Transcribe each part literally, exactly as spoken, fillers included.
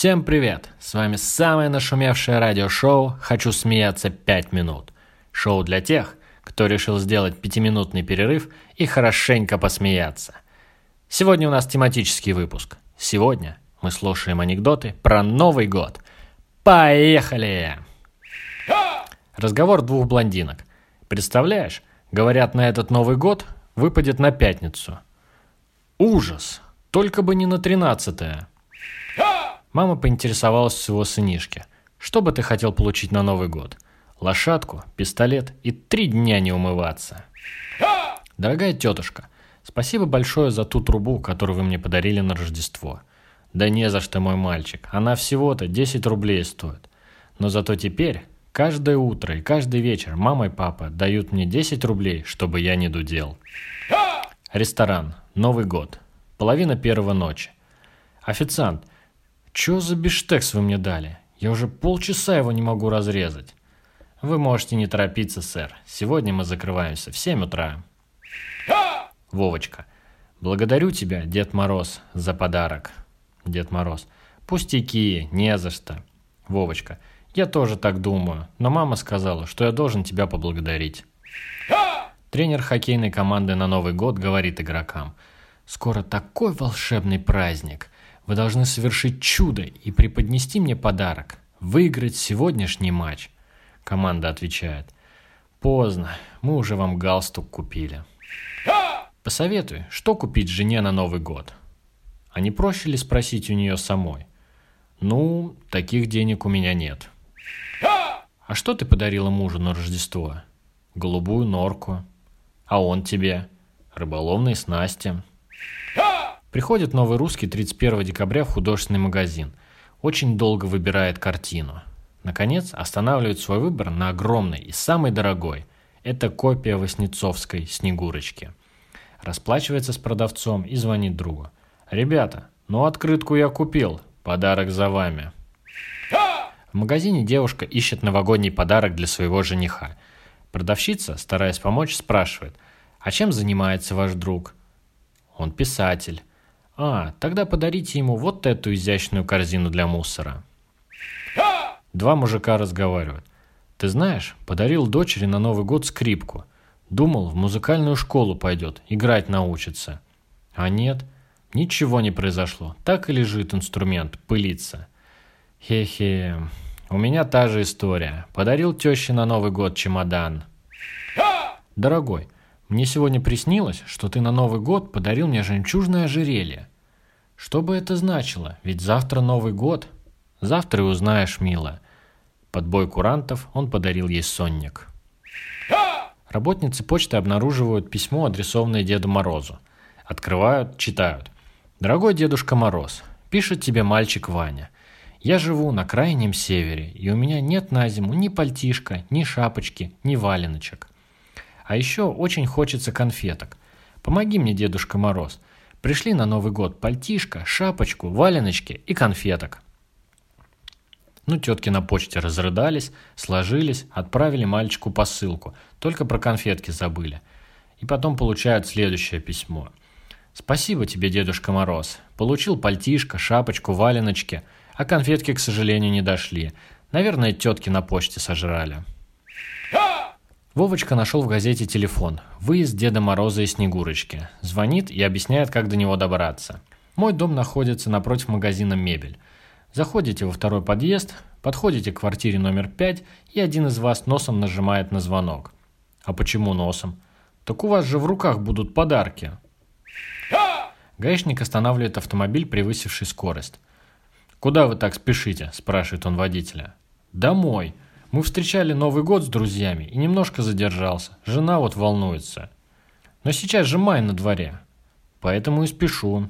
Всем привет! С вами самое нашумевшее радиошоу «Хочу смеяться пять минут». Шоу для тех, кто решил сделать пятиминутный перерыв и хорошенько посмеяться. Сегодня у нас тематический выпуск. Сегодня мы слушаем анекдоты про Новый год. Поехали! Разговор двух блондинок. Представляешь, говорят, на этот Новый год выпадет на пятницу. Ужас! Только бы не на тринадцатое. Мама поинтересовалась у своего сынишки. Что бы ты хотел получить на Новый год? Лошадку, пистолет и три дня не умываться. Дорогая тетушка, спасибо большое за ту трубу, которую вы мне подарили на Рождество. Да не за что, мой мальчик. Она всего-то десять рублей стоит. Но зато теперь каждое утро и каждый вечер мама и папа дают мне десять рублей, чтобы я не дудел. Ресторан. Новый год. Половина первого ночи. Официант. Чё за бифштекс вы мне дали? Я уже полчаса его не могу разрезать. Вы можете не торопиться, сэр. Сегодня мы закрываемся в семь утра. Вовочка. Благодарю тебя, Дед Мороз, за подарок. Дед Мороз. Пустяки, не за что. Вовочка. Я тоже так думаю, но мама сказала, что я должен тебя поблагодарить. Тренер хоккейной команды на Новый год говорит игрокам. Скоро такой волшебный праздник. Вы должны совершить чудо и преподнести мне подарок. Выиграть сегодняшний матч. Команда отвечает. Поздно, мы уже вам галстук купили. Посоветуй, что купить жене на Новый год? А не проще ли спросить у нее самой? Ну, таких денег у меня нет. А что ты подарила мужу на Рождество? Голубую норку. А он тебе? Рыболовные снасти. Приходит новый русский тридцать первого декабря в художественный магазин. Очень долго выбирает картину. Наконец, останавливает свой выбор на огромной и самой дорогой. Это копия Васнецовской «Снегурочки». Расплачивается с продавцом и звонит другу. «Ребята, ну открытку я купил. Подарок за вами». В магазине девушка ищет новогодний подарок для своего жениха. Продавщица, стараясь помочь, спрашивает. «А чем занимается ваш друг?» «Он писатель». «А, тогда подарите ему вот эту изящную корзину для мусора». Два мужика разговаривают. «Ты знаешь, подарил дочери на Новый год скрипку. Думал, в музыкальную школу пойдет, играть научится. А нет, ничего не произошло. Так и лежит инструмент, пылится. Хе-хе, у меня та же история. Подарил теще на Новый год чемодан». «Дорогой, мне сегодня приснилось, что ты на Новый год подарил мне жемчужное ожерелье. Что бы это значило? Ведь завтра Новый год. Завтра и узнаешь, милая». Под бой курантов он подарил ей сонник. Работницы почты обнаруживают письмо, адресованное Деду Морозу. Открывают, читают. «Дорогой Дедушка Мороз, пишет тебе мальчик Ваня. Я живу на крайнем севере, и у меня нет на зиму ни пальтишка, ни шапочки, ни валеночек. А еще очень хочется конфеток. Помоги мне, Дедушка Мороз. Пришли на Новый год пальтишко, шапочку, валеночки и конфеток». Ну, тетки на почте разрыдались, сложились, отправили мальчику посылку. Только про конфетки забыли. И потом получают следующее письмо. «Спасибо тебе, Дедушка Мороз. Получил пальтишко, шапочку, валеночки, а конфетки, к сожалению, не дошли. Наверное, тетки на почте сожрали». Вовочка нашел в газете телефон. Выезд Деда Мороза и Снегурочки. Звонит и объясняет, как до него добраться. «Мой дом находится напротив магазина «Мебель». Заходите во второй подъезд, подходите к квартире номер пять, и один из вас носом нажимает на звонок». «А почему носом?» «Так у вас же в руках будут подарки». Гаишник останавливает автомобиль, превысивший скорость. «Куда вы так спешите?» – спрашивает он водителя. «Домой. Мы встречали Новый год с друзьями и немножко задержался. Жена вот волнуется. Но сейчас же май на дворе. Поэтому и спешу».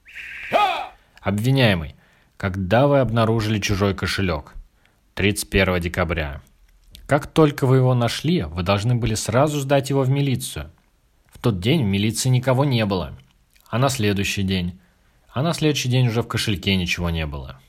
Обвиняемый. Когда вы обнаружили чужой кошелек? тридцать первого декабря. Как только вы его нашли, вы должны были сразу сдать его в милицию. В тот день в милиции никого не было. А на следующий день? А на следующий день уже в кошельке ничего не было.